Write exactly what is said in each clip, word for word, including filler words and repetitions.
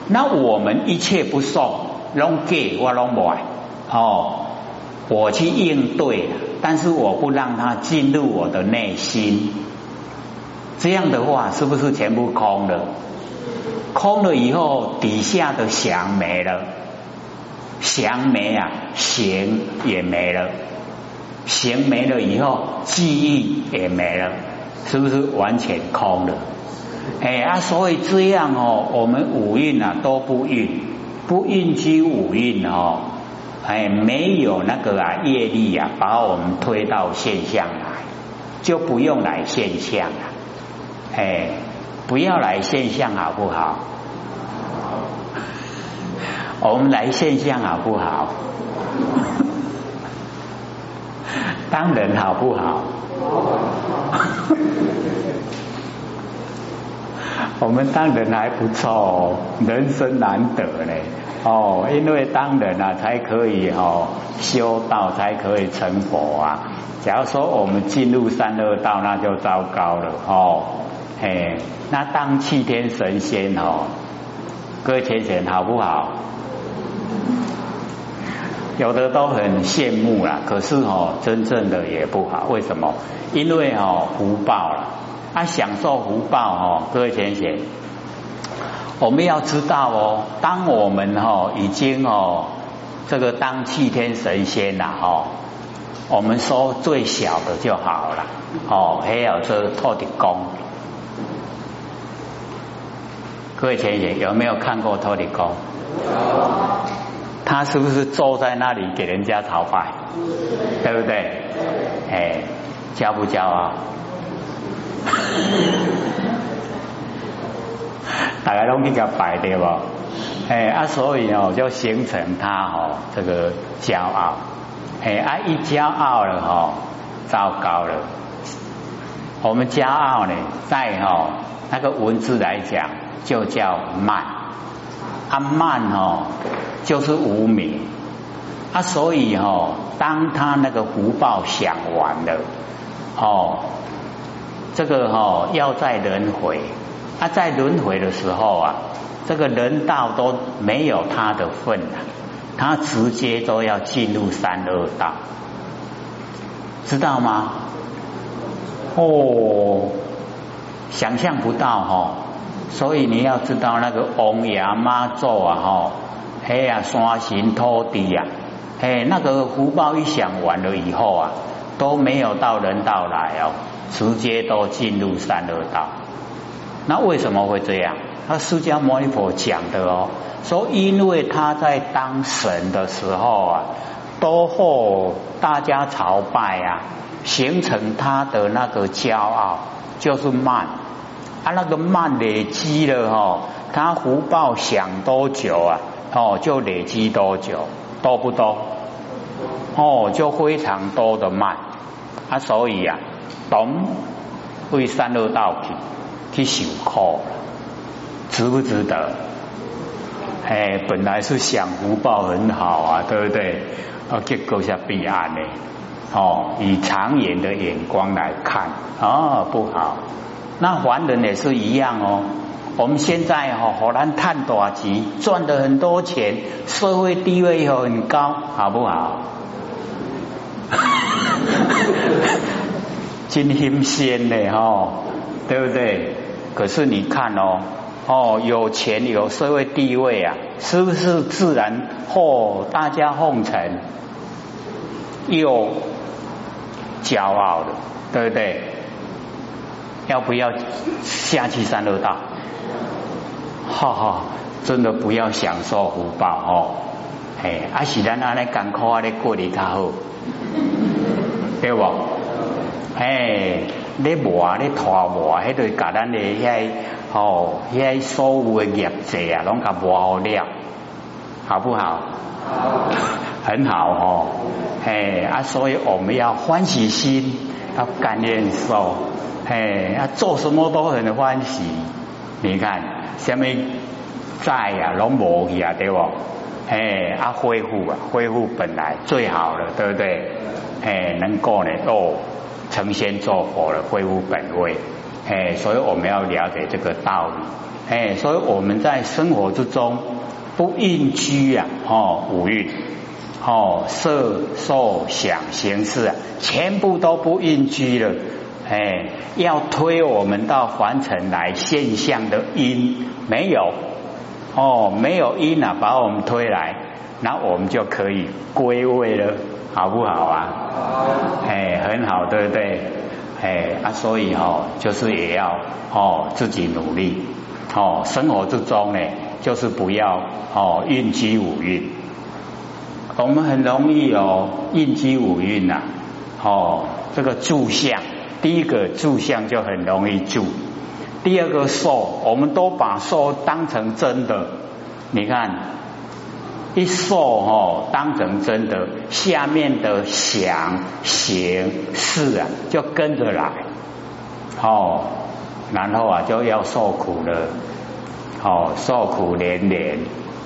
那我们一切不受，拢给我拢不爱哦，我去应对，但是我不让它进入我的内心，这样的话是不是全部空了？空了以后，底下的想没了，想没啊，行也没了，行没了以后，记忆也没了，是不是完全空了？哎啊，所以这样哦，我们五蕴啊都不蕴，不蕴居五蕴哦，哎，没有那个啊业力啊，把我们推到现象来，就不用来现象了，哎，不要来现象好不好？我们来现象好不好？当人好不好？我们当人还不错哦，人生难得嘞哦，因为当人啊才可以哦修道，才可以成佛啊。假如说我们进入三恶道，那就糟糕了哦。哎，那当气天神仙哦，各位浅浅好不好？有的都很羡慕啦，可是哦，真正的也不好。为什么？因为哦福报了。啊，享受福报哦，各位浅显，我们要知道哦，当我们哦已经哦这个当气天神仙啦哦，我们说最小的就好了哦，还有这个土地公，各位浅显有没有看过土地公？他是不是坐在那里给人家朝拜？对不对？哎，骄不骄傲？大家都去给他摆对不？哎啊，所以哦，就形成他哦这个骄傲，哎啊一骄傲了哦，糟糕了。我们骄傲呢，在哦那个文字来讲，就叫慢，啊慢哦就是无明，啊所以哦，当他那个福报享完了，哦。这个哦要在轮回，啊在轮回的时候啊，这个人道都没有他的份啊，他直接都要进入三恶道，知道吗？哦，想象不到哦，所以你要知道那个王爷妈祖啊吼，嘿呀山神土地啊，嘿那个福报一享完了以后啊，都没有到人道来哦。直接都进入三恶道，那为什么会这样？他释迦牟尼佛讲的哦，说因为他在当神的时候啊，都后大家朝拜啊，形成他的那个骄傲，就是慢啊，那个慢累积了哦，他福报享多久啊？哦，就累积多久，多不多？哦，就非常多的慢啊，所以啊。懂为三恶道去去受苦了，值不值得？哎，本来是想福报很好啊，对不对？啊，结果是彼岸呢。哦，以长远的眼光来看，哦，不好。那凡人也是一样哦。我们现在哦，荷兰赚大钱，赚了很多钱，社会地位又很高，好不好？真新鲜的哦，对不对？可是你看哦，哦，有钱有社会地位啊，是不是自然哦，大家奉承，又骄傲了，对不对？要不要下去三恶道？哈哈，真的不要享受福报哦，哎，啊是咱安尼艰苦啊，咧过得较好，对不？哎，咧磨咧拖磨，迄个甲咱的遐哦，遐所有的业债啊，拢甲磨好了，好不好？好，很好哦。哎啊，所以我们要欢喜心，要感恩受，哎啊，做什么都很欢喜。你看，什么债啊，拢无去啊，对不？哎啊，恢复啊，恢复本来最好了，对不对？哎，能够呢，哦。成仙做佛了，恢复本位，哎，所以我们要了解这个道理， 哎，所以我们在生活之中不应拘啊，哦，五蕴，哦，色受想行识啊，全部都不应拘了。哎，要推我们到凡尘来现象的因没有哦，没有因啊，把我们推来，那我们就可以归位了，好不好啊？哎，很好，对不对？哎啊，所以哦，就是也要哦自己努力哦，生活之中呢，就是不要哦应拘五蕴。我们很容易哦应拘五蕴呐，哦这个住相。第一个住相就很容易住，第二个受，我们都把受当成真的。你看，一受哦当成真的，下面的想行识啊就跟着来，哦，然后啊就要受苦了，哦受苦连连，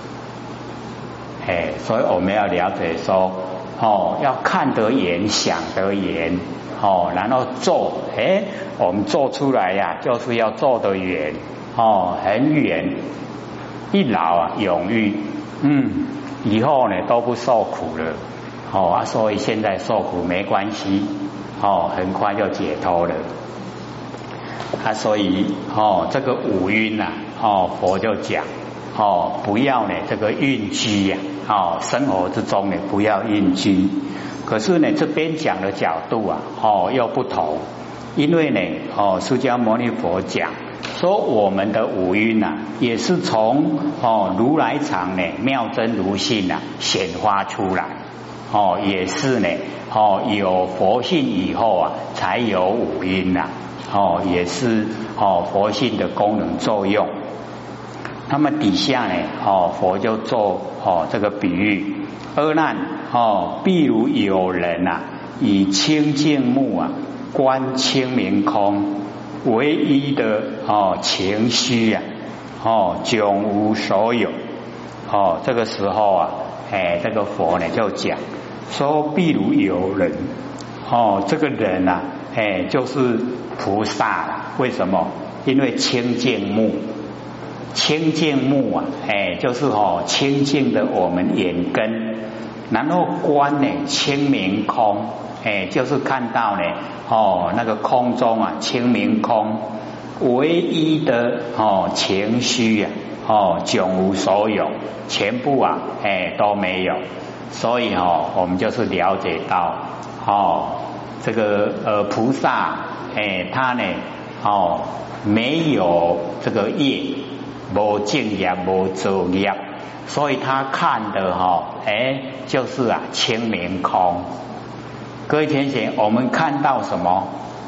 哎，所以我们要了解说，哦要看得严，想得严。哦，然后做，哎，我们做出来呀、啊，就是要做得远，哦，很远，一劳啊，永裕，嗯，以后呢都不受苦了，哦啊，所以现在受苦没关系，哦，很快就解脱了，啊，所以哦，这个五蕴呐、啊，哦，佛就讲，哦，不要呢这个蕴居呀、啊，哦，生活之中呢不要蕴居。可是呢，这边讲的角度啊，哦，又不同，因为呢，哦，释迦牟尼佛讲说，我们的五蕴呐、啊，也是从哦如来藏呢妙真如性啊显发出来，哦，也是呢，哦有佛性以后啊，才有五蕴呐、啊，哦，也是哦佛性的功能作用。那么底下呢，哦，佛就做哦这个比喻。阿难哦，譬如有人啊，以清净目啊观清明空，唯一的哦情绪啊，哦迥无所有。哦，这个时候啊，哎，这个佛呢就讲说，譬如有人哦，这个人啊，哎，就是菩萨了。为什么？因为清净目。清净目啊，哎，就是哦清净的我们眼根，然后观呢清明空，哎，就是看到呢哦那个空中啊清明空，唯一的哦情绪啊哦迥无所有，全部啊哎都没有，所以哦我们就是了解到哦这个呃菩萨哎他呢哦没有这个业。无正业无造业，所以他看的哈、哦，哎，就是啊清明空。各位同学，我们看到什么？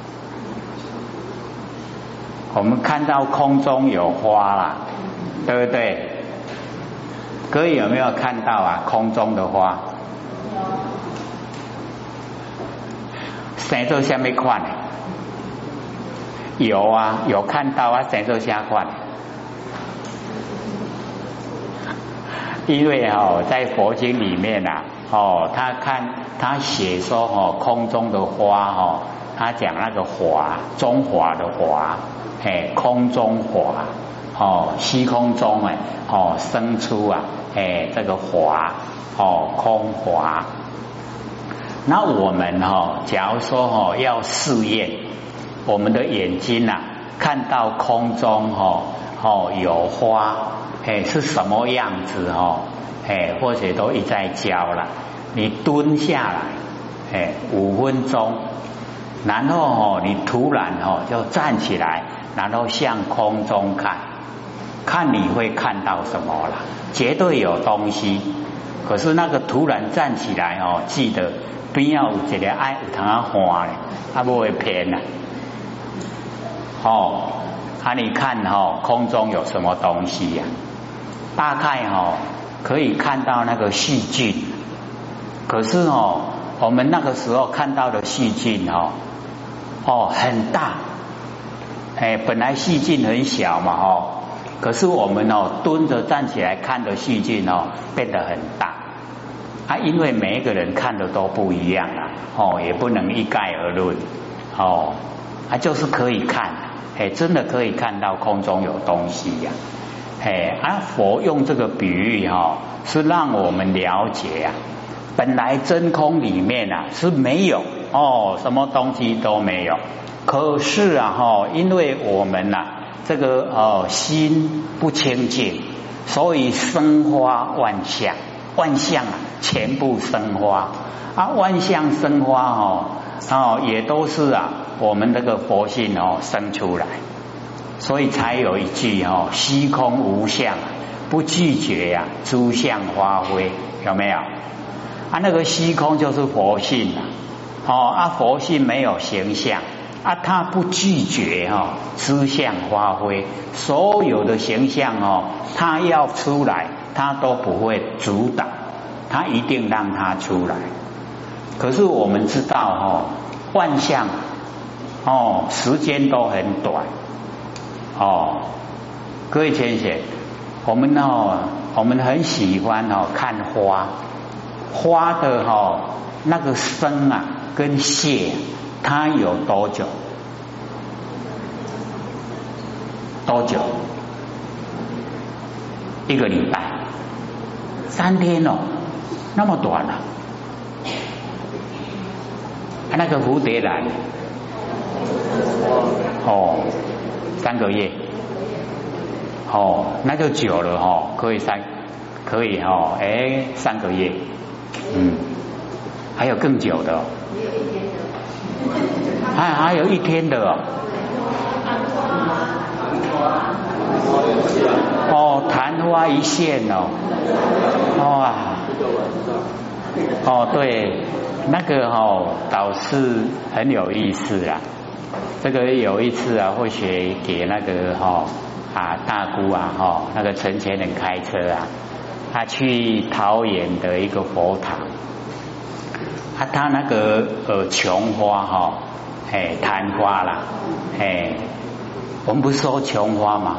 我们看到空中有花啦，对不对？各位有没有看到啊？空中的花，生做什么款？有啊，有看到啊，生做啥款？因为哦，在佛经里面啊，哦，他看他写说哦，空中的花哦，他讲那个华，中华的华，哎，空中华，哦，虚空中哎，哦，生出啊，哎，这个华，哦，空华。那我们哦，假如说哦要试验我们的眼睛啊，看到空中哦哦有花。哎，是什么样子哦？哎，或者都一再教了。你蹲下来，哎，五分钟，然后哦，你突然哦就站起来，然后向空中看，看你会看到什么啦？绝对有东西。可是那个突然站起来哦，记得边要有一个爱有通啊花咧，啊不会偏啦。哦，啊你看哦，空中有什么东西呀、啊？大概哦可以看到那个细菌，可是哦我们那个时候看到的细菌哦哦很大，哎本来细菌很小嘛哦，可是我们哦蹲着站起来看的细菌哦变得很大啊，因为每一个人看的都不一样啊哦，也不能一概而论哦啊，就是可以看哎，真的可以看到空中有东西呀、啊，哎，啊，佛用这个比喻哈、哦，是让我们了解啊，本来真空里面啊是没有哦，什么东西都没有，可是啊哈、哦，因为我们呐、啊、这个哦心不清净，所以生花万象，万象啊全部生花啊，万象生花哦哦也都是啊。我们这个佛性哦生出来，所以才有一句哦虚空无相，不拒绝呀、啊、诸相发挥，有没有？啊，那个虚空就是佛性啊，哦啊佛性没有形象啊，它不拒绝哈、哦、诸相发挥，所有的形象哦，它要出来，它都不会阻挡，它一定让它出来。可是我们知道哦，万象。哦，时间都很短哦，各位先生，我们哦，我们很喜欢哦看花，花的哦那个生啊跟谢，它有多久？多久？一个礼拜，三天哦，那么短啊？啊那个蝴蝶兰。哦，三个月，哦，那就久了哦，可以三，可以哦，哎，三个月，嗯，还有更久的、哦，还还有一天的哦，哦，昙花一现哦，哇、哦，哦，对，那个哦，倒是很有意思啊。这个有一次啊，或许给那个哈、哦、啊大姑啊哈、哦、那个陈前人开车啊，他去桃园的一个佛堂，啊他那个呃琼花哈、哦，哎昙花啦，哎我们不是说琼花吗？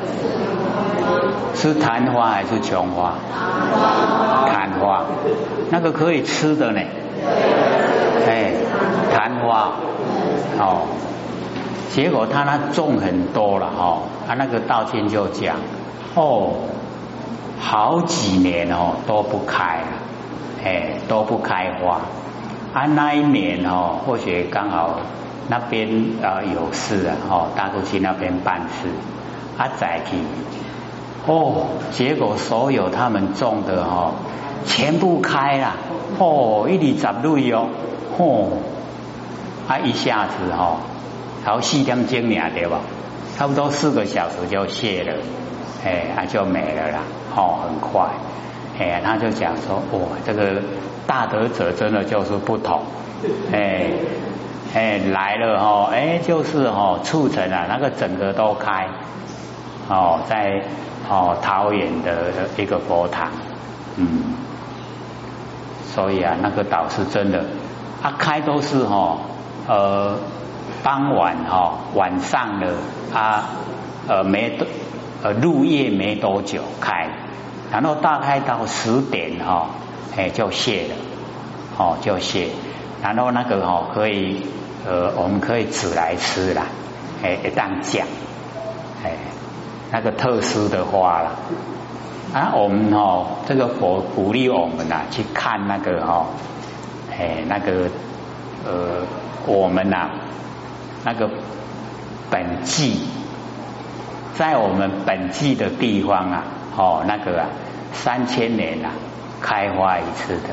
是昙花还是琼花？昙花，那个可以吃的呢，哎昙花哦。结果他那种很多了哈、哦，啊那个道亲就讲哦，好几年哦都不开了，哎都不开花，啊那一年哦或许刚好那边啊、呃、有事啊，哦大姑去那边办事，啊再去哦，结果所有他们种的哦全部开了，哦一里十蕊哦，哦啊一下子哦。然后四点钟呀，对吧？差不多四个小时就谢了，哎，啊就没了啦，哦，很快，哎，他就讲说，哇，这个大德者真的就是不同，哎，哎来了哦，哎就是哦促成了那个整个都开，哦，在哦桃园的一个佛堂，嗯，所以啊那个岛是真的，啊开都是哦，呃。傍晚哈、哦，晚上的啊呃没多呃入夜没多久开，然后大概到十点哈、哦，哎就谢了，哦就谢，然后那个哦可以呃我们可以煮来吃啦，哎一当酱，哎那个特殊的花啦，啊我们哦这个佛鼓励我们啊去看那个哦，哎那个呃我们呐、啊。那个本纪，在我们本纪的地方啊，哦，那个啊，三千年啊，开花一次的。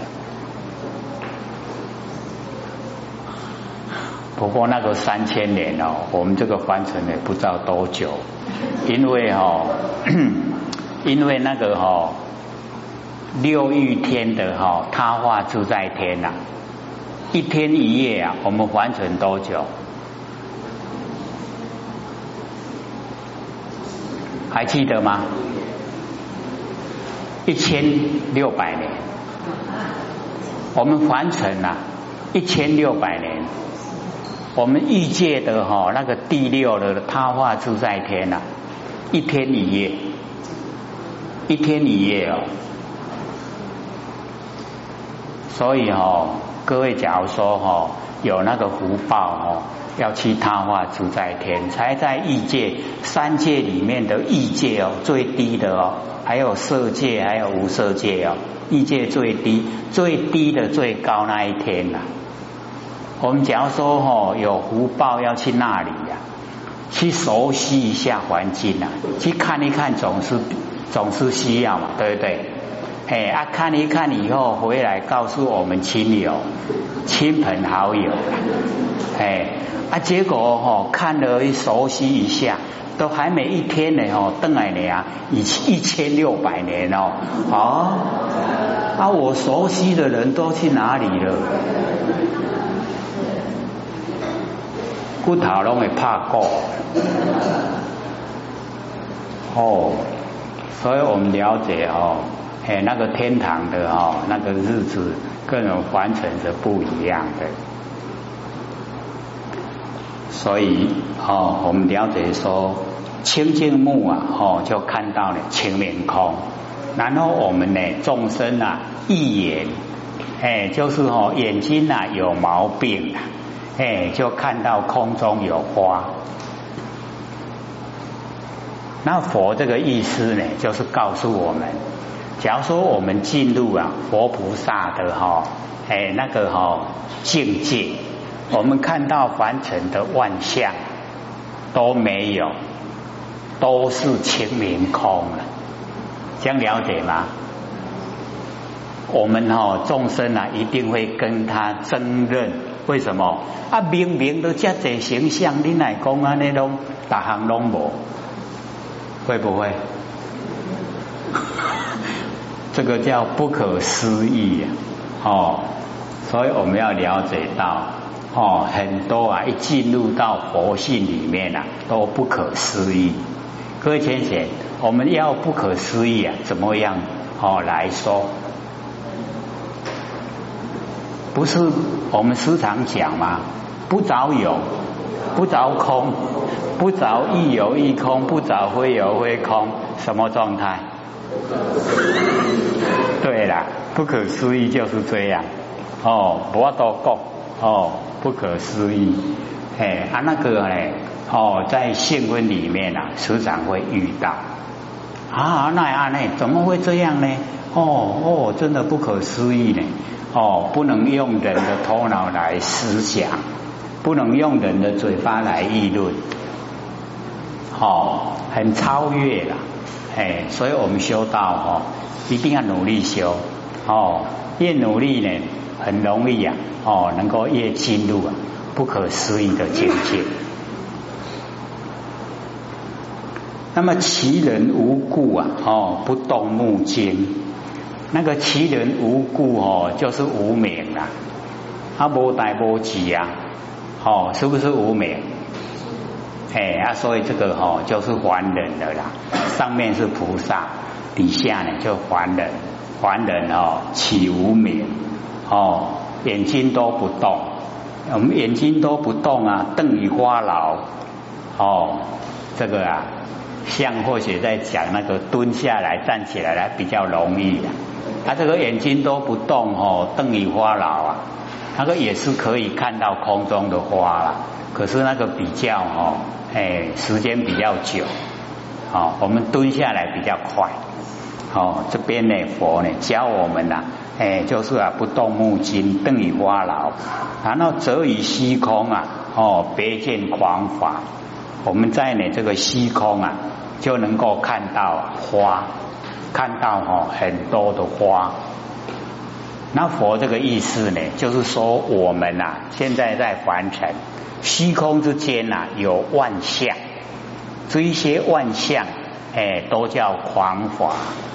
不过那个三千年哦，我们这个凡尘也不知道多久，因为哦，因为那个哦，六欲天的哈、哦，他化自在天呐、啊，一天一夜啊，我们凡尘多久？还记得吗？一千六百年，我们凡尘啊，一千六百年，我们欲界的哈、哦、那个第六的他化自在天呐、啊，一天一夜，一天一夜哦。所以哦，各位假如说哦有那个福报哦， 要去他化自在天，才在异界三界里面的异界哦，最低的哦，还有色界，还有无色界哦，异界最低，最低的最高那一天呐、啊。我们假如说哦有福报要去那里呀、啊，去熟悉一下环境啊，去看一看总是总是需要嘛，对不对？哎啊，看一看以后回来告诉我们亲友、亲朋好友，哎啊，结果哦看了熟悉一下，都还没一天呢哦，邓来年啊，一一千六百年哦，啊啊，我熟悉的人都去哪里了？骨头拢会怕过哦，所以我们了解哦。哎，那个天堂的哦，那个日子跟我们凡尘是不一样的，所以哦，我们了解说清净目啊，哦，就看到了清明空，然后我们呢众生啊，一眼，哎，就是哦眼睛啊有毛病啊，哎，就看到空中有花。那佛这个意思呢，就是告诉我们。假如说我们进入啊佛菩萨的哈、哦，哎那个哈、哦、境界，我们看到凡尘的万象都没有，都是清明空了，这样了解吗？我们哈、哦、众生啊一定会跟他争论，为什么啊？明明都这些形象，你来讲啊那种大行拢无，会不会？这个叫不可思议啊！哦，所以我们要了解到哦，很多啊，一进入到佛性里面啊，都不可思议。各位先生，我们要不可思议啊，怎么样哦来说？不是我们时常讲吗？不着有，不着空，不着亦有亦空，不着非有非空，什么状态？对啦，不可思议就是这样哦，不要多讲哦，不可思议。哎啊，那个呢哦，在性分里面啊，时常会遇到啊，那样呢，怎么会这样呢？哦哦，真的不可思议呢。哦，不能用人的头脑来思想，不能用人的嘴巴来议论，哦，很超越了。哎，所以我们修道哦，一定要努力修哦，越努力呢，很容易啊哦，能够越进入啊不可思议的境界。那么其人无故啊哦，不动目睛，那个其人无故哦，就是无明啦，啊无代无志啊，哦，是不是无明？哎啊，所以这个哦就是凡人的啦，上面是菩萨，底下呢就凡人，凡人哦起无明哦，眼睛都不动，我们眼睛都不动啊，瞪于花劳哦，这个啊，像或许在讲那个蹲下来站起来来比较容易啊，他、啊、这个眼睛都不动哦，瞪于花劳啊，那个也是可以看到空中的花啦，可是那个比较哦。哎，时间比较久，哦，我们蹲下来比较快，哦，这边呢佛呢教我们呐、啊，哎，就是啊不动目睛，瞪于花劳，然后则于虚空啊，哦，别见狂法，我们在呢这个虚空啊，就能够看到花，看到哦很多的花。那佛这个意思呢，就是说我们啊现在在凡尘。虚空之间呐、啊、有万象，这一些万象，哎，都叫狂法，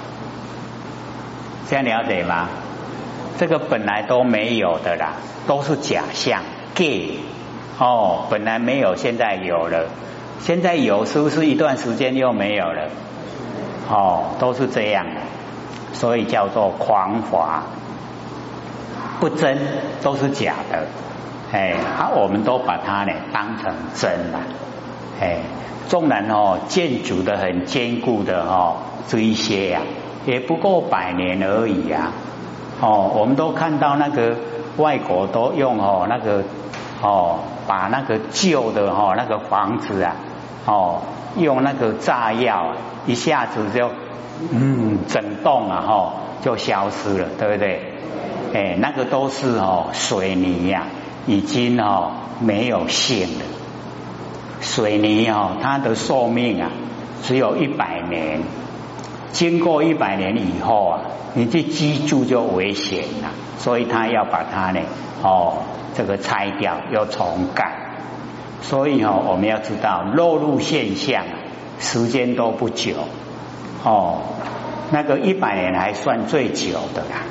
这样了解吗？这个本来都没有的啦，都是假象，假哦，本来没有，现在有了，现在有是不是一段时间又没有了？哦，都是这样的，所以叫做狂法，不真，都是假的。哎，啊，我们都把它呢当成真了，哎，纵然哦建筑的很坚固的哦这一些呀、啊，也不过百年而已啊，哦，我们都看到那个外国都用哦那个哦，把那个旧的哦那个房子啊，哦，用那个炸药啊，一下子就嗯整栋啊哈、哦、就消失了，对不对？哎，那个都是哦水泥呀、啊，已经哦没有性了。水泥哦，它的寿命啊只有一百年，经过一百年以后啊，你去居住就危险了，所以他要把它呢哦这个拆掉，又重盖。所以哦，我们要知道漏入现象时间都不久哦，那个一百年还算最久的啦。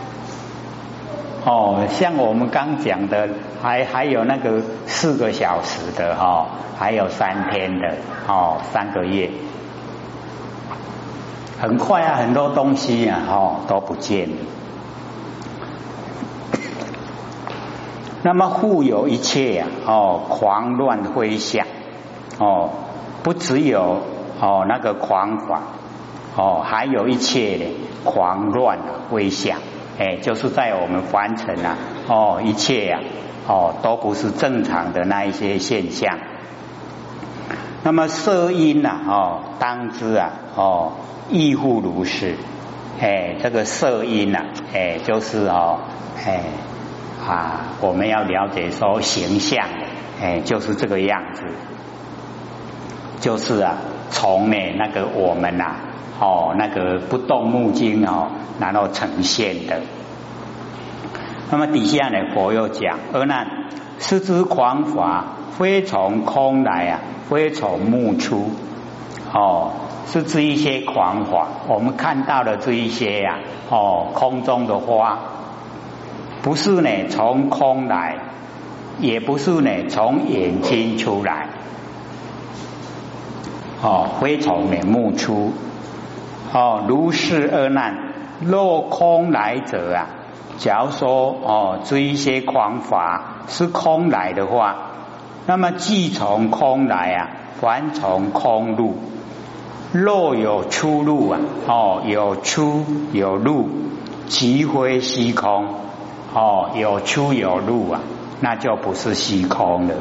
哦，像我们刚讲的，还还有那个四个小时的哈、哦，还有三天的哦，三个月，很快啊，很多东西啊哦都不见了。那么护有一切啊哦，狂乱飞翔哦，不只有哦那个狂法哦，还有一切的狂乱啊飞翔。哎，就是在我们凡尘啊，哦，一切呀、啊，哦，都不是正常的那一些现象。那么色音呐、啊，哦，当知啊，哦，亦复如是。哎，这个色音呐、啊，哎，就是哦，哎啊，我们要了解说形象，哎，就是这个样子，就是啊，从呢那个我们呐、啊。哦，那个不动目睛哦，然后呈现的。那么底下呢，佛又讲：阿难，是知狂法非从空来啊，非从目出。哦，是指一些狂法，我们看到的这一些呀、啊，哦，空中的花，不是呢从空来，也不是呢从眼睛出来。哦，非从呢目出。哦，如是阿难，若空来者啊，假如说哦，这一些狂法是空来的话，那么既从空来啊，凡从空入。若有出入啊，哦，有出有入，即非虚空。哦，有出有入啊，那就不是虚空了。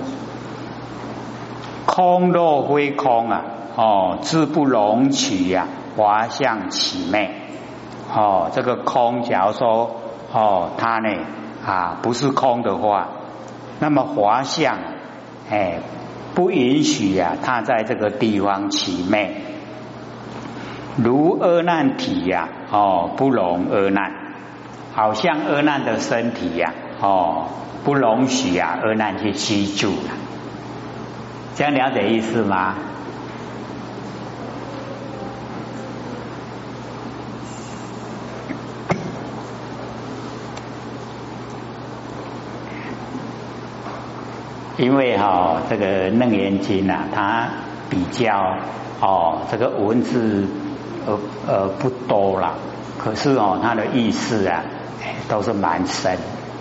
空若非空啊，哦，自不容取呀、啊。华相起昧，哦，这个空，假如说哦，它呢啊不是空的话，那么华相哎不允许呀、啊，它在这个地方起昧。如阿难体呀、啊，哦，不容阿难，好像阿难的身体呀、啊，哦，不容许啊阿难去居住了，这样了解意思吗？因为哈、哦，这个楞严经啊，它比较哦，这个文字呃呃不多啦，可是哦，它的意思啊，都是蛮深，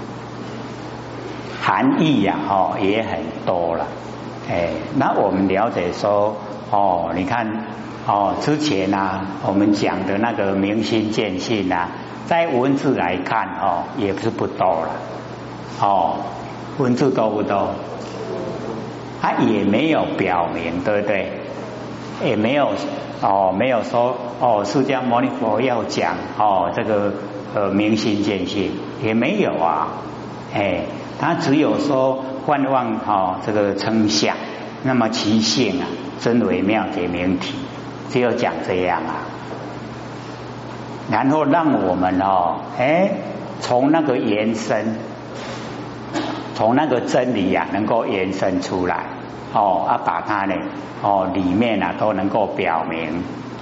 含义呀、啊、哦也很多了，哎，那我们了解说哦，你看哦，之前啊，我们讲的那个明心见性啊，在文字来看哦，也是不多了，哦，文字多不多？他也没有表明，对不对？也没有哦，没有说哦，释迦牟尼佛要讲哦，这个呃明心见性也没有啊，哎，他只有说幻妄哦，这个称相，那么其性啊，真微妙解明体，只有讲这样啊，然后让我们哦，哎，从那个延伸。从那个真理啊，能够延伸出来，哦，啊，把它呢，哦，里面啊都能够表明。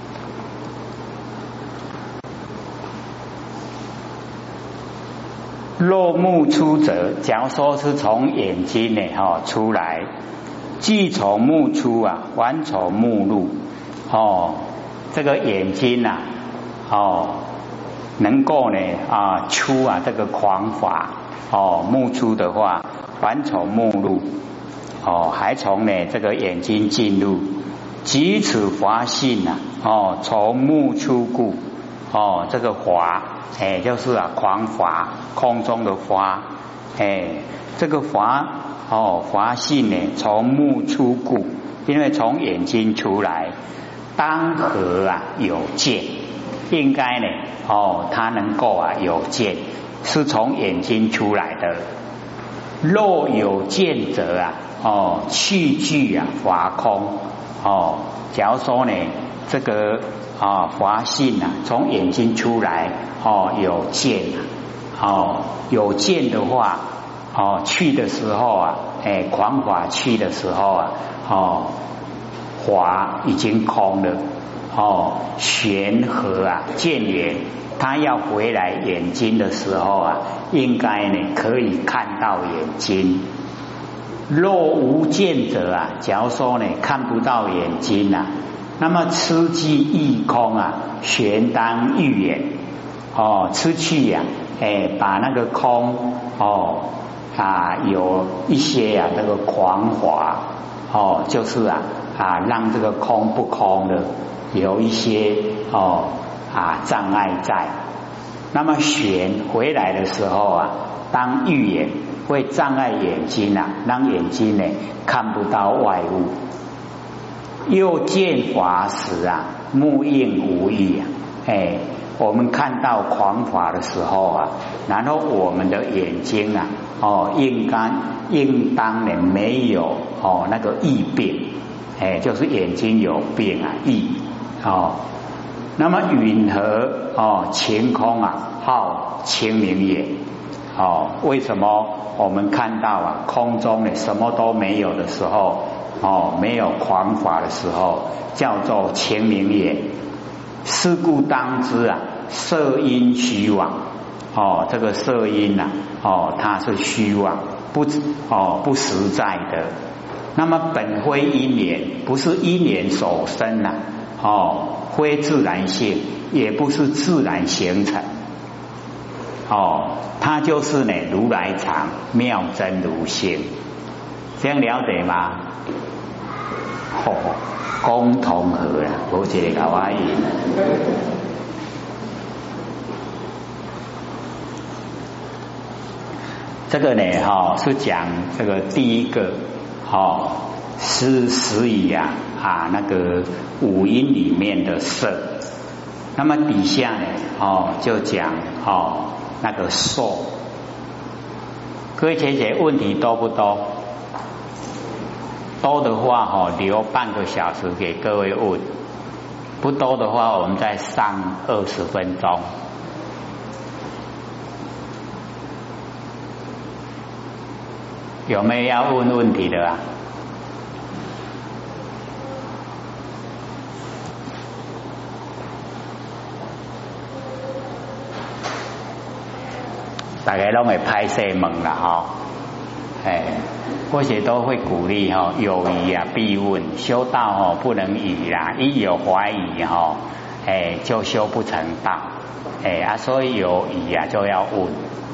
若目出者，假如说是从眼睛呢，哦，出来，既从目出啊，还从目入，哦，这个眼睛啊，哦，能够呢啊出啊这个狂法。哦，目出的话，还从目入，哦，还从呢这个眼睛进入，即此法性啊，哦，从目出故，哦，这个法，哎，就是啊狂法，空中的法，哎，这个法哦，法性呢从目出故，因为从眼睛出来，当何啊有见？应该呢哦，它能够啊有见，是从眼睛出来的。若有见者啊，哦，去具啊法空哦。假如说呢，这个啊法性啊从眼睛出来哦，有见啊，哦有见的话哦，去的时候啊，哎狂法去的时候啊，哦法已经空了哦，玄和啊见缘。他要回来眼睛的时候啊，应该呢可以看到眼睛。若无见者啊，假如说呢看不到眼睛啊，那么痴即异空啊，玄当欲眼哦，痴去呀、啊，哎，把那个空哦啊，有一些啊这个狂法哦，就是啊啊让这个空不空的有一些哦。啊，障碍在，那么玄回来的时候啊，当欲眼会障碍眼睛啊，让眼睛呢看不到外物。又见法时啊，目应无异啊，哎，我们看到狂法的时候啊，然后我们的眼睛啊，哦，应该应当呢没有哦那个异病，哎，就是眼睛有病啊，异哦。那么云何哦晴空啊号清明也哦？为什么我们看到啊空中呢什么都没有的时候哦，没有狂法的时候叫做清明也？是故当知啊色因虚妄哦，这个色因啊哦它是虚妄不哦不实在的。那么本非因缘，不是因缘所生啊哦。非自然性，也不是自然形成哦，它就是呢如来藏妙真如性，这样了解吗？哦，共同和啦，无一个甲我赢。这个呢，哈、哦、是讲这个第一个，哦，是始以啊啊那个五音里面的色，那么底下呢，哦就讲哦那个受。各位姐姐，问题多不多？多的话，哈、哦、留半个小时给各位问；不多的话，我们再上二十分钟。有没有要问问题的啊？大家都会拍摄问啦哈，哎，或许都会鼓励哈，有疑啊必问，修道哦不能疑啦，一有怀疑哈，哎就修不成道，哎啊，所以有疑啊就要问，